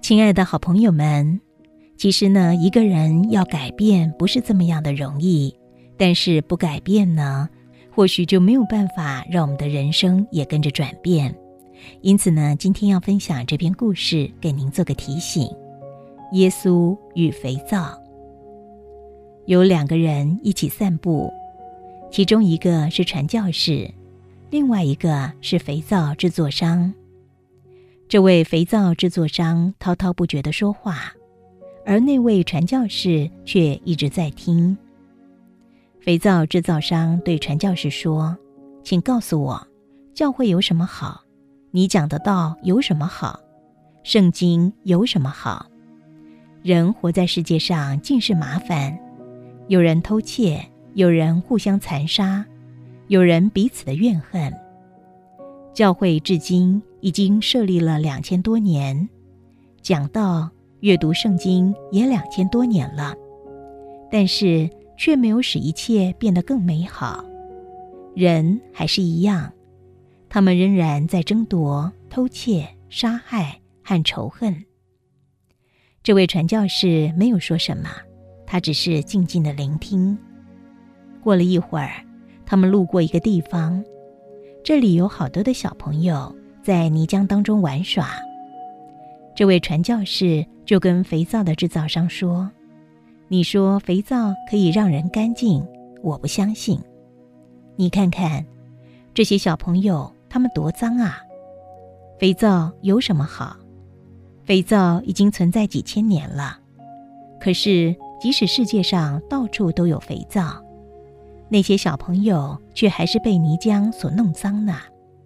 亲爱的好朋友们，其实呢，一个人要改变不是这么样的容易，但是不改变呢，或许就没有办法让我们的人生也跟着转变。因此呢，今天要分享这篇故事，给您做个提醒。耶稣与肥皂。有两个人一起散步，其中一个是传教士，另外一个是肥皂制作商。这位肥皂制作商滔滔不绝地说话，而那位传教士却一直在听。肥皂制造商对传教士说：请告诉我，教会有什么好？你讲的道有什么好？圣经有什么好？人活在世界上尽是麻烦，有人偷窃，有人互相残杀，有人彼此的怨恨。教会至今已经设立了2000多年，讲道、阅读圣经也2000多年了，但是却没有使一切变得更美好。人还是一样，他们仍然在争夺、偷窃、杀害和仇恨。这位传教士没有说什么，他只是静静地聆听。过了一会儿，他们路过一个地方，这里有好多的小朋友在泥浆当中玩耍。这位传教士就跟肥皂的制造商说：你说肥皂可以让人干净，我不相信。你看看这些小朋友，他们多脏啊！肥皂有什么好？肥皂已经存在几千年了，可是即使世界上到处都有肥皂，那些小朋友却还是被泥浆所弄脏呢。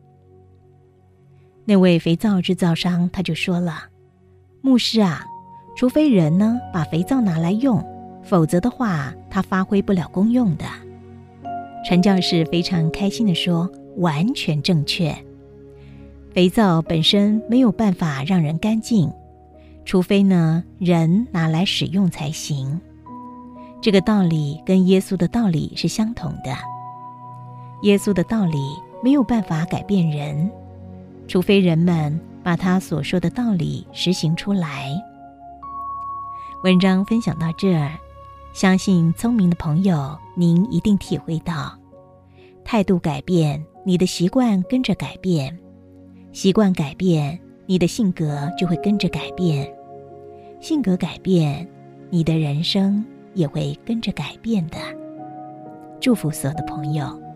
那位肥皂制造商他就说了：牧师啊，除非人呢把肥皂拿来用，否则的话它发挥不了功用的。传教士非常开心地说：完全正确。肥皂本身没有办法让人干净，除非呢人拿来使用才行。这个道理跟耶稣的道理是相同的。耶稣的道理没有办法改变人，除非人们把他所说的道理实行出来。文章分享到这儿，相信聪明的朋友您一定体会到，态度改变，你的习惯跟着改变，习惯改变，你的性格就会跟着改变，性格改变，你的人生也会跟着改变的。祝福所有的朋友。